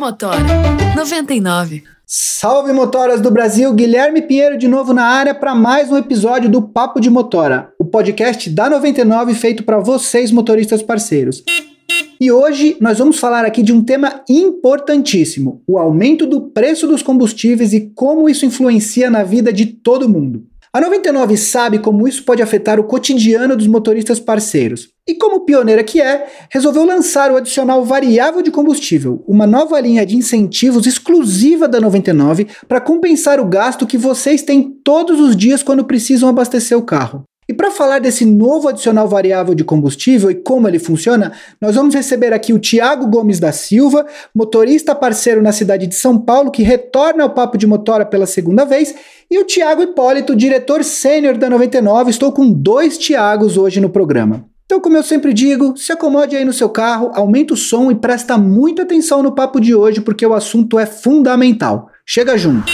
Motora 99. Salve motoras do Brasil, Guilherme Pinheiro de novo na área para mais um episódio do Papo de Motora, o podcast da 99 feito para vocês motoristas parceiros. E hoje nós vamos falar aqui de um tema importantíssimo, o aumento do preço dos combustíveis e como isso influencia na vida de todo mundo. A 99 sabe como isso pode afetar o cotidiano dos motoristas parceiros. E como pioneira que é, resolveu lançar o adicional variável de combustível, uma nova linha de incentivos exclusiva da 99 para compensar o gasto que vocês têm todos os dias quando precisam abastecer o carro. E para falar desse novo adicional variável de combustível e como ele funciona, nós vamos receber aqui o Thiago Gomes da Silva, motorista parceiro na cidade de São Paulo, que retorna ao Papo de Motora pela segunda vez, e o Thiago Hipólito, diretor sênior da 99. Estou com 2 Thiagos hoje no programa. Então, como eu sempre digo, se acomode aí no seu carro, aumenta o som e presta muita atenção no papo de hoje, porque o assunto é fundamental. Chega junto!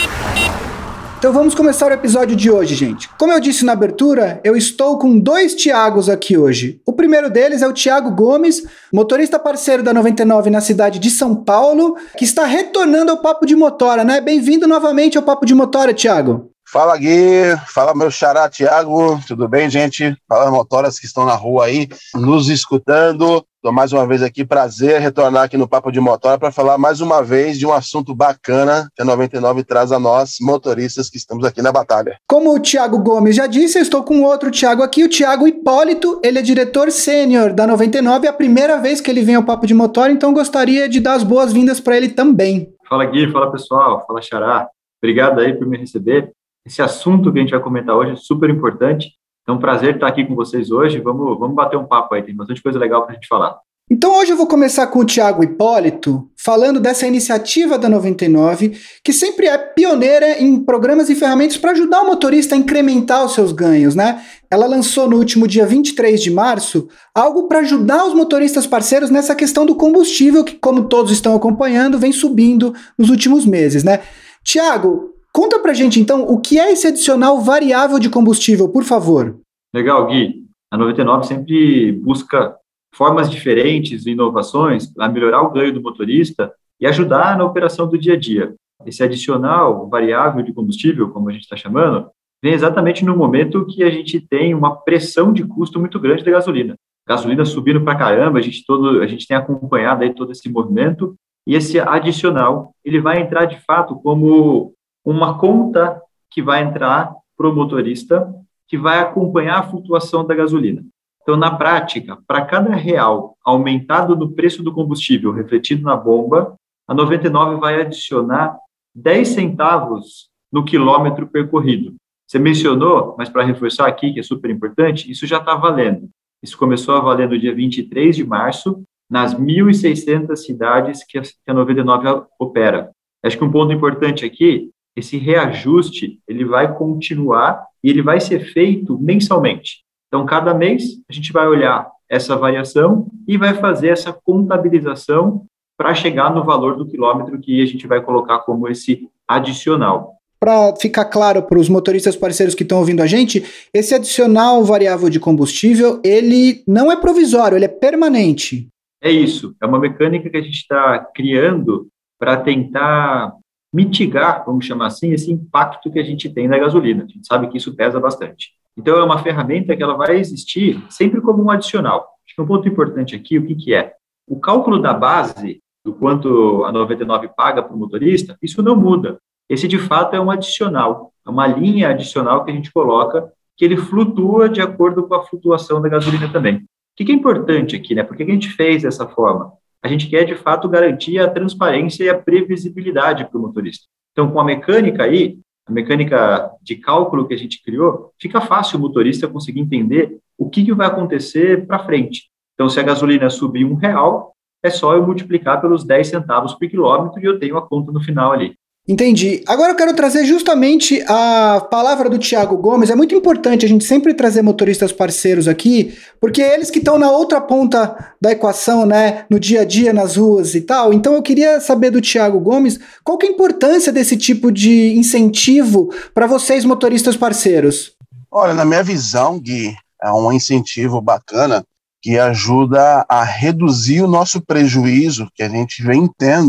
Então vamos começar o episódio de hoje, gente. Como eu disse na abertura, eu estou com 2 Thiagos aqui hoje. O primeiro deles é o Thiago Gomes, motorista parceiro da 99 na cidade de São Paulo, que está retornando ao Papo de Motora, né? Bem-vindo novamente ao Papo de Motora, Thiago. Fala, Gui. Fala, meu xará, Thiago. Tudo bem, gente? Fala, motoras que estão na rua aí, nos escutando. Estou mais uma vez aqui, prazer retornar aqui no Papo de Motora para falar mais uma vez de um assunto bacana que a 99 traz a nós, motoristas que estamos aqui na batalha. Como o Thiago Gomes já disse, eu estou com outro Thiago aqui, o Thiago Hipólito. Ele é diretor sênior da 99, é a primeira vez que ele vem ao Papo de Motora, então gostaria de dar as boas-vindas para ele também. Fala, Gui. Fala, pessoal. Fala, xará. Obrigado aí por me receber. Esse assunto que a gente vai comentar hoje é super importante. É um prazer estar aqui com vocês hoje. Vamos bater um papo aí, tem bastante coisa legal para a gente falar. Então hoje eu vou começar com o Thiago Hipólito, falando dessa iniciativa da 99, que sempre é pioneira em programas e ferramentas para ajudar o motorista a incrementar os seus ganhos, né? Ela lançou no último dia 23 de março algo para ajudar os motoristas parceiros nessa questão do combustível, que, como todos estão acompanhando, vem subindo nos últimos meses, né? Thiago, conta pra gente, então, o que é esse adicional variável de combustível, por favor. Legal, Gui. A 99 sempre busca formas diferentes e inovações para melhorar o ganho do motorista e ajudar na operação do dia a dia. Esse adicional variável de combustível, como a gente está chamando, vem exatamente no momento que a gente tem uma pressão de custo muito grande da gasolina. Gasolina subindo para caramba, a gente tem acompanhado aí todo esse movimento, e esse adicional ele vai entrar de fato como uma conta que vai entrar para o motorista, que vai acompanhar a flutuação da gasolina. Então, na prática, para cada real aumentado no preço do combustível refletido na bomba, a 99 vai adicionar 10 centavos no quilômetro percorrido. Você mencionou, mas para reforçar aqui, que é super importante, isso já está valendo. Isso começou a valer no dia 23 de março, nas 1.600 cidades que a 99 opera. Acho que um ponto importante aqui, esse reajuste, ele vai continuar e ele vai ser feito mensalmente. Então, cada mês, a gente vai olhar essa variação e vai fazer essa contabilização para chegar no valor do quilômetro que a gente vai colocar como esse adicional. Para ficar claro para os motoristas parceiros que estão ouvindo a gente, esse adicional variável de combustível, ele não é provisório, ele é permanente. É isso, é uma mecânica que a gente está criando para tentar mitigar, vamos chamar assim, esse impacto que a gente tem na gasolina. A gente sabe que isso pesa bastante. Então, é uma ferramenta que ela vai existir sempre como um adicional. Acho que um ponto importante aqui, o que é? O cálculo da base, do quanto a 99 paga para o motorista, isso não muda. Esse, de fato, é um adicional, é uma linha adicional que a gente coloca, que ele flutua de acordo com a flutuação da gasolina também. O que é importante aqui, né? Por que a gente fez dessa forma? A gente quer, de fato, garantir a transparência e a previsibilidade para o motorista. Então, com a mecânica aí, a mecânica de cálculo que a gente criou, fica fácil o motorista conseguir entender o que vai acontecer para frente. Então, se a gasolina subir R$1, é só eu multiplicar pelos 10 centavos por quilômetro e eu tenho a conta no final ali. Entendi. Agora eu quero trazer justamente a palavra do Thiago Gomes. É muito importante a gente sempre trazer motoristas parceiros aqui, porque é eles que estão na outra ponta da equação, né, no dia a dia, nas ruas e tal. Então eu queria saber do Thiago Gomes, qual que é a importância desse tipo de incentivo para vocês, motoristas parceiros? Olha, na minha visão, Gui, é um incentivo bacana que ajuda a reduzir o nosso prejuízo que a gente vem tendo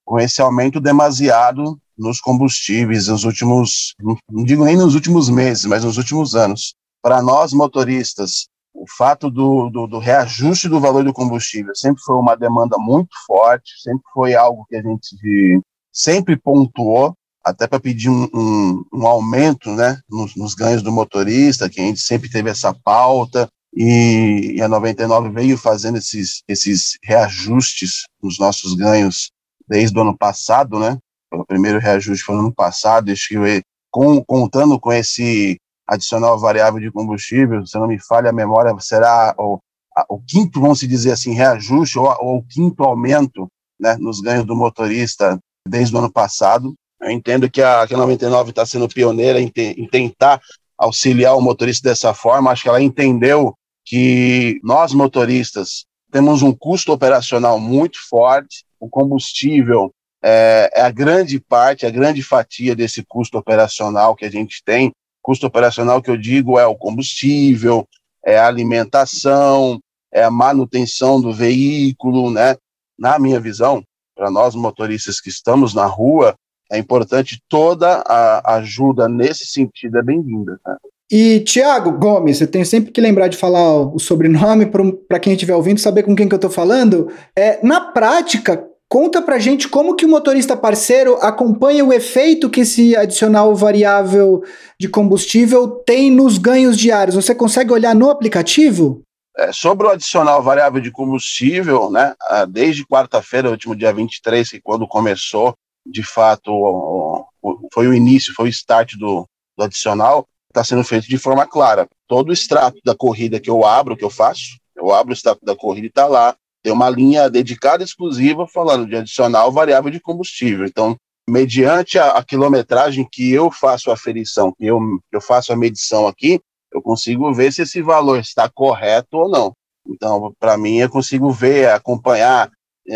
com esse aumento demasiado nos combustíveis nos últimos, não digo nem nos últimos meses, mas nos últimos anos. Para nós motoristas, o fato do reajuste do valor do combustível sempre foi uma demanda muito forte, sempre foi algo que a gente sempre pontuou, até para pedir um aumento, né, nos ganhos do motorista, que a gente sempre teve essa pauta, e a 99 veio fazendo esses reajustes nos nossos ganhos desde o ano passado, né? O primeiro reajuste foi no ano passado, contando com esse adicional variável de combustível, se não me falha a memória, será o quinto, vamos dizer assim, reajuste ou o quinto aumento, né, nos ganhos do motorista desde o ano passado. Eu entendo que a 99 está sendo pioneira em tentar auxiliar o motorista dessa forma. Acho que ela entendeu que nós, motoristas, temos um custo operacional muito forte. O combustível é a grande parte, a grande fatia desse custo operacional que a gente tem. Custo operacional que eu digo é o combustível, é a alimentação, é a manutenção do veículo, né? Na minha visão, para nós motoristas que estamos na rua, é importante toda a ajuda nesse sentido, é bem-vinda. Né? E, Thiago Gomes, eu tenho sempre que lembrar de falar o sobrenome para quem estiver ouvindo, saber com quem que eu estou falando. Na prática, conta pra gente como que o motorista parceiro acompanha o efeito que esse adicional variável de combustível tem nos ganhos diários. Você consegue olhar no aplicativo? Sobre o adicional variável de combustível, né, desde quarta-feira, último dia 23, que quando começou, de fato, foi o início, foi o start do adicional, está sendo feito de forma clara. Todo o extrato da corrida que eu abro o extrato da corrida e está lá. Tem uma linha dedicada, exclusiva, falando de adicional variável de combustível. Então, mediante a quilometragem que eu faço a aferição, que eu faço a medição aqui, eu consigo ver se esse valor está correto ou não. Então, para mim, eu consigo ver, acompanhar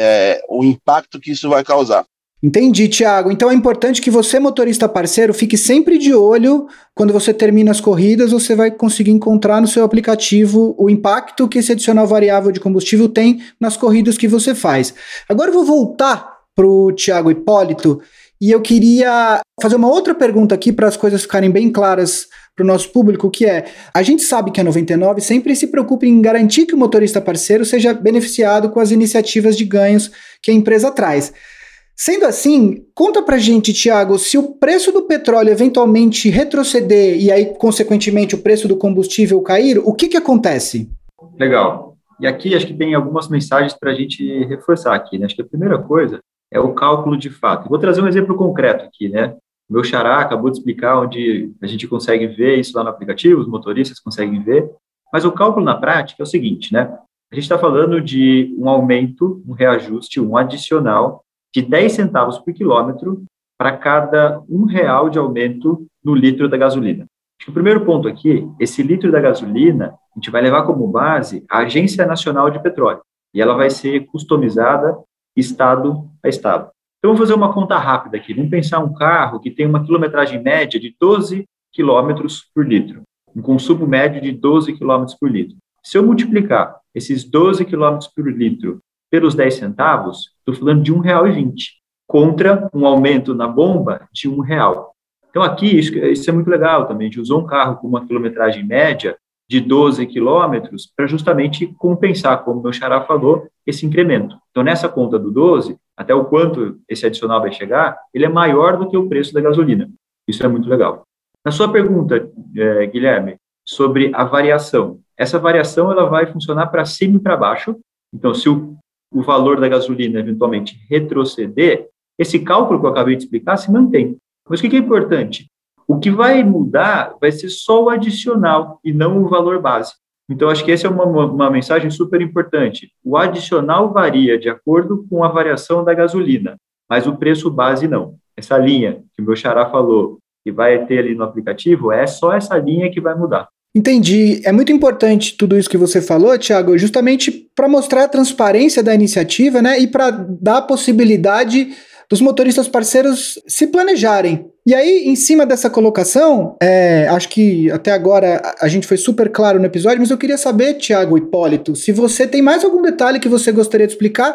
o impacto que isso vai causar. Entendi, Thiago. Então é importante que você, motorista parceiro, fique sempre de olho. Quando você termina as corridas, você vai conseguir encontrar no seu aplicativo o impacto que esse adicional variável de combustível tem nas corridas que você faz. Agora eu vou voltar para o Thiago Hipólito e eu queria fazer uma outra pergunta aqui para as coisas ficarem bem claras para o nosso público, que é, a gente sabe que a 99 sempre se preocupa em garantir que o motorista parceiro seja beneficiado com as iniciativas de ganhos que a empresa traz. Sendo assim, conta pra gente, Thiago, se o preço do petróleo eventualmente retroceder e aí, consequentemente, o preço do combustível cair, o que acontece? Legal. E aqui acho que tem algumas mensagens para a gente reforçar aqui, né? Acho que a primeira coisa é o cálculo de fato. Vou trazer um exemplo concreto aqui, né? O meu xará acabou de explicar onde a gente consegue ver isso lá no aplicativo, os motoristas conseguem ver, mas o cálculo na prática é o seguinte, né? A gente está falando de um aumento, um reajuste, um adicional de 10 centavos por quilômetro para cada R$1 de aumento no litro da gasolina. Acho que o primeiro ponto aqui, esse litro da gasolina, a gente vai levar como base a Agência Nacional de Petróleo, e ela vai ser customizada estado a estado. Então, vamos fazer uma conta rápida aqui. Vamos pensar um carro que tem uma quilometragem média de 12 quilômetros por litro, um consumo médio de 12 quilômetros por litro. Se eu multiplicar esses 12 quilômetros por litro pelos 10 centavos, estou falando de R$1,20, contra um aumento na bomba de R$1. Então, aqui, isso é muito legal também. A gente usou um carro com uma quilometragem média de 12 quilômetros para justamente compensar, como o meu xará falou, esse incremento. Então, nessa conta do 12, até o quanto esse adicional vai chegar, ele é maior do que o preço da gasolina. Isso é muito legal. Na sua pergunta, Guilherme, sobre a variação, essa variação ela vai funcionar para cima e para baixo. Então, se o valor da gasolina eventualmente retroceder, esse cálculo que eu acabei de explicar se mantém. Mas o que é importante? O que vai mudar vai ser só o adicional e não o valor base. Então, acho que essa é uma mensagem super importante. O adicional varia de acordo com a variação da gasolina, mas o preço base não. Essa linha que o meu xará falou, que vai ter ali no aplicativo, é só essa linha que vai mudar. Entendi. É muito importante tudo isso que você falou, Thiago, justamente para mostrar a transparência da iniciativa, né, e para dar a possibilidade dos motoristas parceiros se planejarem. E aí, em cima dessa colocação, acho que até agora a gente foi super claro no episódio, mas eu queria saber, Thiago Hipólito, se você tem mais algum detalhe que você gostaria de explicar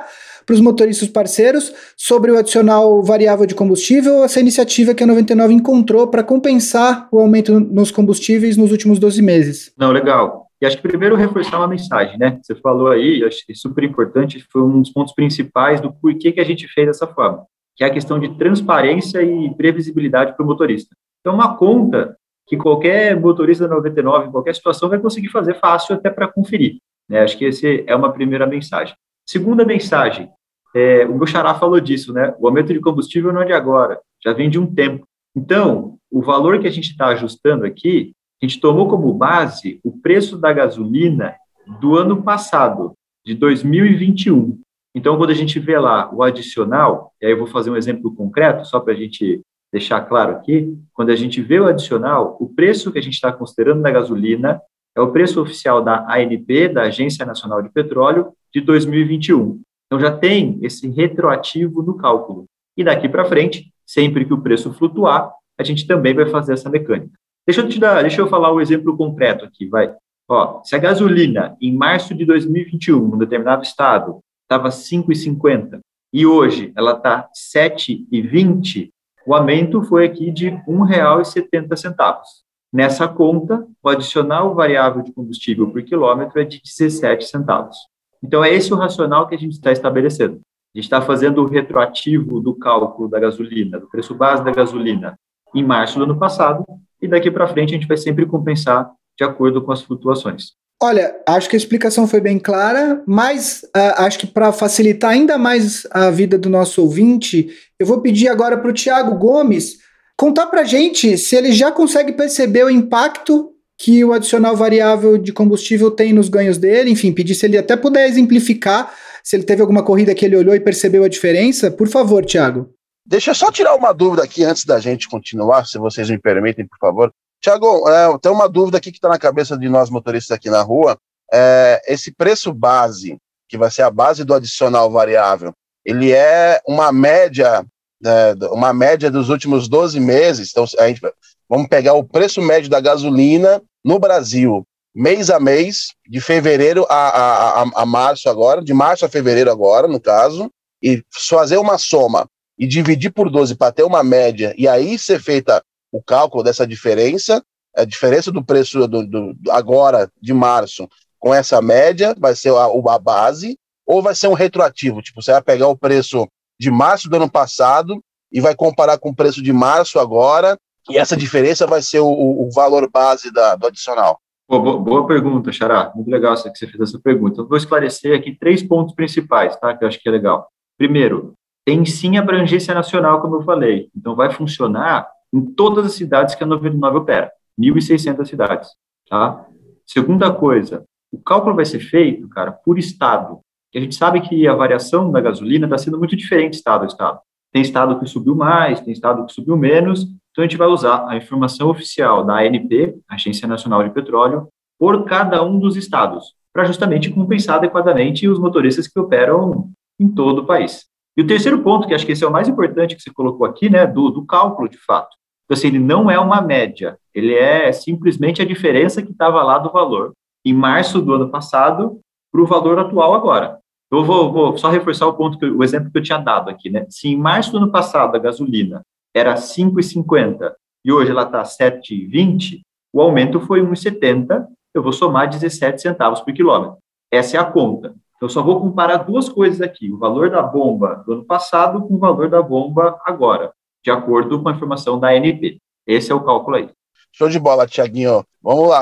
para os motoristas parceiros sobre o adicional variável de combustível, essa iniciativa que a 99 encontrou para compensar o aumento nos combustíveis nos últimos 12 meses. Não, legal. E acho que primeiro reforçar uma mensagem, né? Você falou aí, acho que é super importante, foi um dos pontos principais do porquê que a gente fez dessa forma, que é a questão de transparência e previsibilidade para o motorista. Então, uma conta que qualquer motorista da 99, em qualquer situação, vai conseguir fazer fácil até para conferir, né? Acho que essa é uma primeira mensagem. Segunda mensagem, o meu xará falou disso, né? O aumento de combustível não é de agora, já vem de um tempo. Então, o valor que a gente está ajustando aqui, a gente tomou como base o preço da gasolina do ano passado, de 2021. Então, quando a gente vê lá o adicional, e aí eu vou fazer um exemplo concreto, só para a gente deixar claro aqui, quando a gente vê o adicional, o preço que a gente está considerando da gasolina é o preço oficial da ANP, da Agência Nacional de Petróleo, de 2021. Então, já tem esse retroativo no cálculo. E daqui para frente, sempre que o preço flutuar, a gente também vai fazer essa mecânica. Deixa eu falar um exemplo concreto aqui, vai. Ó, se a gasolina, em março de 2021, num determinado estado, estava 5,50 e hoje ela está 7,20, o aumento foi aqui de R$ 1,70. Nessa conta, o adicional variável de combustível por quilômetro é de 17 centavos. Então, é esse o racional que a gente está estabelecendo. A gente está fazendo o retroativo do cálculo da gasolina, do preço base da gasolina, em março do ano passado, e daqui para frente a gente vai sempre compensar de acordo com as flutuações. Olha, acho que a explicação foi bem clara, mas acho que para facilitar ainda mais a vida do nosso ouvinte, eu vou pedir agora para o Thiago Gomes contar para a gente se ele já consegue perceber o impacto que o adicional variável de combustível tem nos ganhos dele, enfim, pedir se ele até puder exemplificar, se ele teve alguma corrida que ele olhou e percebeu a diferença. Por favor, Thiago. Deixa eu só tirar uma dúvida aqui antes da gente continuar, se vocês me permitem, por favor. Tiago, tem uma dúvida aqui que está na cabeça de nós motoristas aqui na rua. Esse preço base, que vai ser a base do adicional variável, ele é uma média dos últimos 12 meses. Então, vamos pegar o preço médio da gasolina no Brasil, mês a mês, de fevereiro a março agora, de março a fevereiro agora, no caso, e fazer uma soma e dividir por 12 para ter uma média, e aí ser feita o cálculo dessa diferença, a diferença do preço agora, de março, com essa média, vai ser a base, ou vai ser um retroativo, tipo, você vai pegar o preço de março do ano passado e vai comparar com o preço de março agora, e essa diferença vai ser o valor base do adicional. Boa pergunta, Xará, muito legal que você fez essa pergunta. Eu vou esclarecer aqui 3 pontos principais, tá, que eu acho que é legal. Primeiro, tem sim abrangência nacional, como eu falei, então vai funcionar em todas as cidades que a 99 opera, 1.600 cidades, tá? Segunda coisa, o cálculo vai ser feito, cara, por estado, que a gente sabe que a variação da gasolina está sendo muito diferente estado a estado. Tem estado que subiu mais, tem estado que subiu menos, então a gente vai usar a informação oficial da ANP, Agência Nacional de Petróleo, por cada um dos estados, para justamente compensar adequadamente os motoristas que operam em todo o país. E o terceiro ponto, que acho que esse é o mais importante que você colocou aqui, né, do cálculo de fato. Então, assim, ele não é uma média, ele é simplesmente a diferença que estava lá do valor em março do ano passado para o valor atual agora. Eu vou só reforçar o exemplo que eu tinha dado aqui, né? Se em março do ano passado a gasolina era 5,50 e hoje ela está 7,20, o aumento foi 1,70, eu vou somar 17 centavos por quilômetro. Essa é a conta. Eu só vou comparar 2 coisas aqui, o valor da bomba do ano passado com o valor da bomba agora, de acordo com a informação da ANP. Esse é o cálculo aí. Show de bola, Tiaguinho. Vamos lá,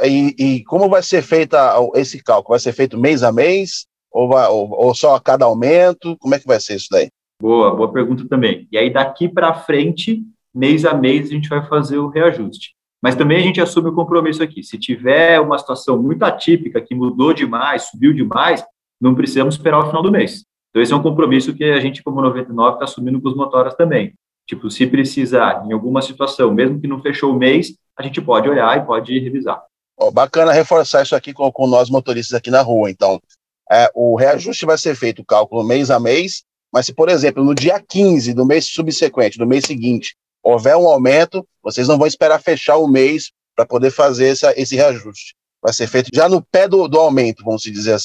e como vai ser feito esse cálculo? Vai ser feito mês a mês? Ou só a cada aumento? Como é que vai ser isso daí? Boa pergunta também. E aí, daqui para frente, mês a mês, a gente vai fazer o reajuste. Mas também a gente assume o compromisso aqui. Se tiver uma situação muito atípica, que mudou demais, subiu demais, não precisamos esperar o final do mês. Então, esse é um compromisso que a gente, como 99, está assumindo com os motoras também. Tipo, se precisar, em alguma situação, mesmo que não fechou o mês, a gente pode olhar e pode revisar. Bacana reforçar isso aqui com nós motoristas aqui na rua. Então, o reajuste vai ser feito, o cálculo mês a mês, mas se, por exemplo, no dia 15 do mês subsequente, do mês seguinte, houver um aumento, vocês não vão esperar fechar o mês para poder fazer esse reajuste. Vai ser feito já no pé do aumento, vamos dizer assim.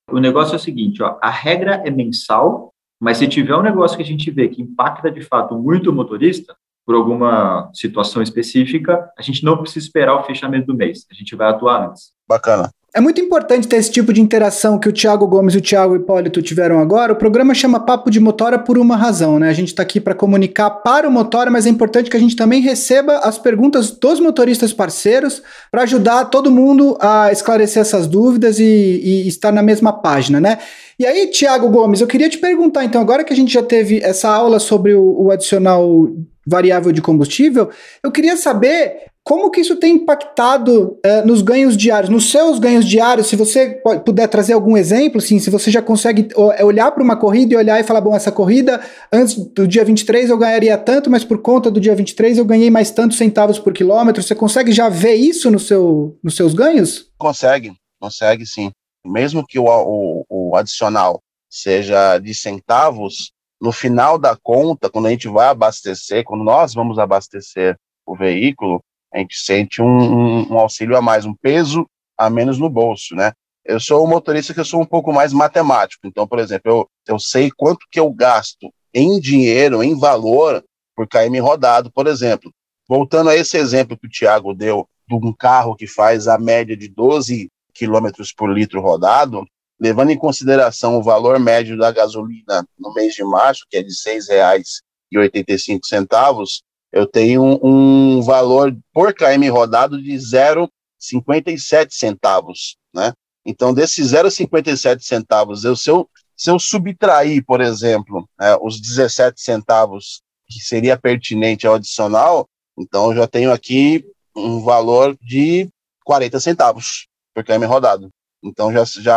O negócio é o seguinte, ó, a regra é mensal, mas se tiver um negócio que a gente vê que impacta de fato muito o motorista, por alguma situação específica, a gente não precisa esperar o fechamento do mês, a gente vai atuar antes. Bacana. É muito importante ter esse tipo de interação que o Thiago Gomes e o Thiago Hipólito tiveram agora. O programa chama Papo de Motora por uma razão, né? A gente está aqui para comunicar para o Motora, mas é importante que a gente também receba as perguntas dos motoristas parceiros para ajudar todo mundo a esclarecer essas dúvidas e estar na mesma página, né? E aí, Thiago Gomes, eu queria te perguntar, então, agora que a gente já teve essa aula sobre o adicional variável de combustível, eu queria saber como que isso tem impactado nos ganhos diários, nos seus ganhos diários, se você puder trazer algum exemplo, assim, se você já consegue olhar para uma corrida e olhar e falar, bom, essa corrida, antes do dia 23 eu ganharia tanto, mas por conta do dia 23 eu ganhei mais tantos centavos por quilômetro, você consegue já ver isso nos seus ganhos? Consegue sim. Mesmo que o adicional seja de centavos, no final da conta, quando a gente vai abastecer, quando nós vamos abastecer o veículo, a gente sente um auxílio a mais, um peso a menos no bolso, né? Eu sou um motorista que eu sou um pouco mais matemático, então, por exemplo, eu sei quanto que eu gasto em dinheiro, em valor, por km rodado, por exemplo. Voltando a esse exemplo que o Thiago deu, de um carro que faz a média de 12 km por litro rodado, levando em consideração o valor médio da gasolina no mês de março, que é de R$ 6,85, eu tenho um valor por km rodado de 0,57 centavos, né? Então, desses 0,57 centavos, se eu subtrair, por exemplo, os 17 centavos que seria pertinente ao adicional, então eu já tenho aqui um valor de 40 centavos por km rodado. Então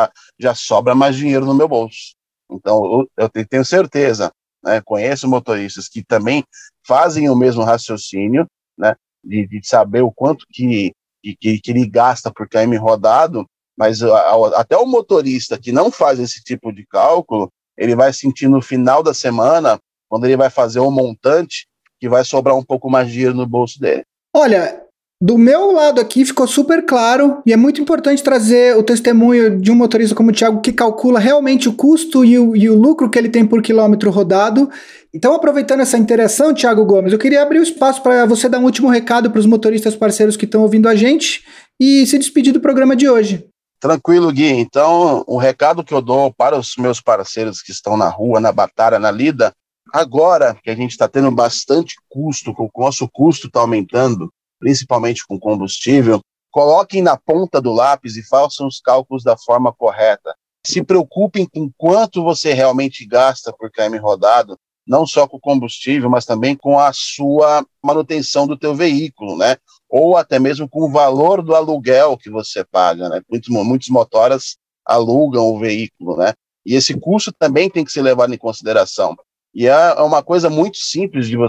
já sobra mais dinheiro no meu bolso. Então eu tenho certeza, né, conheço motoristas que também fazem o mesmo raciocínio, né, de saber o quanto que ele gasta por km rodado, mas até o motorista que não faz esse tipo de cálculo, ele vai sentir no final da semana, quando ele vai fazer o montante, que vai sobrar um pouco mais de dinheiro no bolso dele. Olha, do meu lado aqui ficou super claro e é muito importante trazer o testemunho de um motorista como o Thiago que calcula realmente o custo e o lucro que ele tem por quilômetro rodado. Então, aproveitando essa interação, Thiago Gomes, eu queria abrir o espaço para você dar um último recado para os motoristas parceiros que estão ouvindo a gente e se despedir do programa de hoje. Tranquilo, Gui. Então, o recado que eu dou para os meus parceiros que estão na rua, na batalha, na lida, agora que a gente está tendo bastante custo, que o nosso custo está aumentando, principalmente com combustível, coloquem na ponta do lápis e façam os cálculos da forma correta. Se preocupem com quanto você realmente gasta por km rodado, não só com combustível, mas também com a sua manutenção do teu veículo, né? Ou até mesmo com o valor do aluguel que você paga, né? Muitos motoras alugam o veículo, né? E esse custo também tem que ser levado em consideração. E é uma coisa muito simples de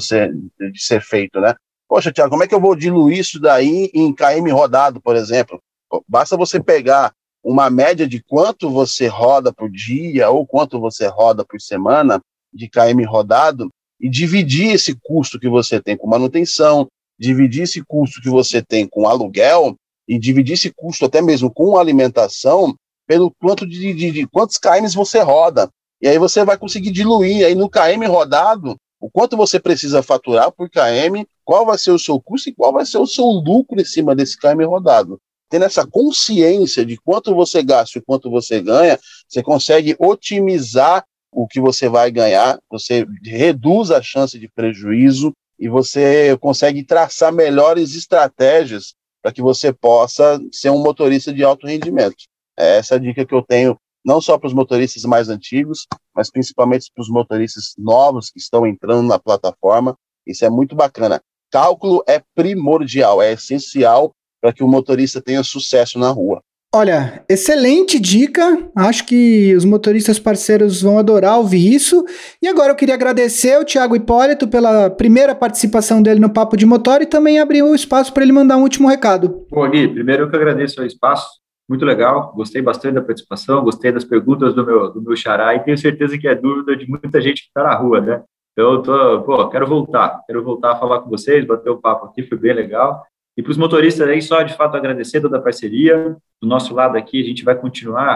ser feito, né? Poxa, Thiago, como é que eu vou diluir isso daí em km rodado, por exemplo? Basta você pegar uma média de quanto você roda por dia ou quanto você roda por semana de km rodado e dividir esse custo que você tem com manutenção, dividir esse custo que você tem com aluguel e dividir esse custo até mesmo com alimentação pelo quanto de quantos km você roda. E aí você vai conseguir diluir aí no km rodado o quanto você precisa faturar por km, qual vai ser o seu custo e qual vai ser o seu lucro em cima desse km rodado. Tendo essa consciência de quanto você gasta e quanto você ganha, você consegue otimizar o que você vai ganhar, você reduz a chance de prejuízo e você consegue traçar melhores estratégias para que você possa ser um motorista de alto rendimento. É essa a dica que eu tenho, não só para os motoristas mais antigos, mas principalmente para os motoristas novos que estão entrando na plataforma. Isso é muito bacana. Cálculo é primordial, é essencial para que o motorista tenha sucesso na rua. Olha, excelente dica, acho que os motoristas parceiros vão adorar ouvir isso. E agora eu queria agradecer ao Thiago Hipólito pela primeira participação dele no Papo de Motora e também abrir o espaço para ele mandar um último recado. Bom, Gui, primeiro eu que agradeço o espaço, muito legal, gostei bastante da participação, gostei das perguntas do meu xará e tenho certeza que é dúvida de muita gente que está na rua, né? Então, quero voltar a falar com vocês, bater o papo aqui, foi bem legal. E para os motoristas aí, só de fato agradecer toda a parceria. Do nosso lado aqui, a gente vai continuar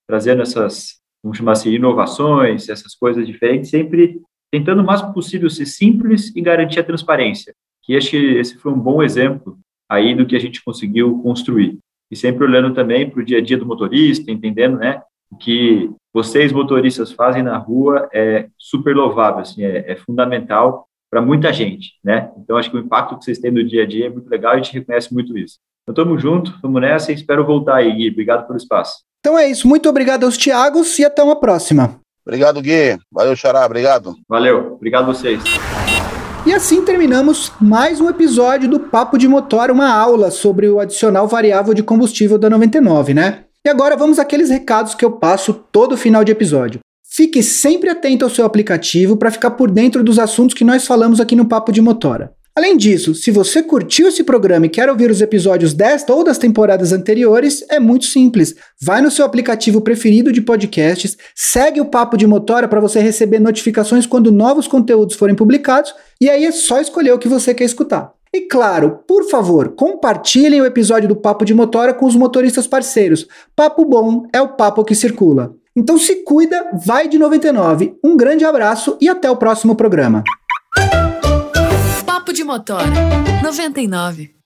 trazendo essas, vamos chamar assim, inovações, essas coisas diferentes, sempre tentando o máximo possível ser simples e garantir a transparência. Que acho que esse foi um bom exemplo aí do que a gente conseguiu construir. E sempre olhando também para o dia a dia do motorista, entendendo, né, o que vocês motoristas fazem na rua é super louvável, assim, é fundamental para muita gente, né? Então, acho que o impacto que vocês têm no dia a dia é muito legal e a gente reconhece muito isso. Então, estamos juntos, estamos nessa e espero voltar aí, Gui. Obrigado pelo espaço. Então é isso. Muito obrigado aos Thiagos e até uma próxima. Obrigado, Gui. Valeu, Xará. Obrigado. Valeu. Obrigado a vocês. E assim terminamos mais um episódio do Papo de Motora, uma aula sobre o adicional variável de combustível da 99, né? E agora vamos àqueles recados que eu passo todo final de episódio. Fique sempre atento ao seu aplicativo para ficar por dentro dos assuntos que nós falamos aqui no Papo de Motora. Além disso, se você curtiu esse programa e quer ouvir os episódios desta ou das temporadas anteriores, é muito simples. Vai no seu aplicativo preferido de podcasts, segue o Papo de Motora para você receber notificações quando novos conteúdos forem publicados, e aí é só escolher o que você quer escutar. E claro, por favor, compartilhem o episódio do Papo de Motora com os motoristas parceiros. Papo bom é o papo que circula. Então se cuida, vai de 99. Um grande abraço e até o próximo programa. Papo de Motora 99.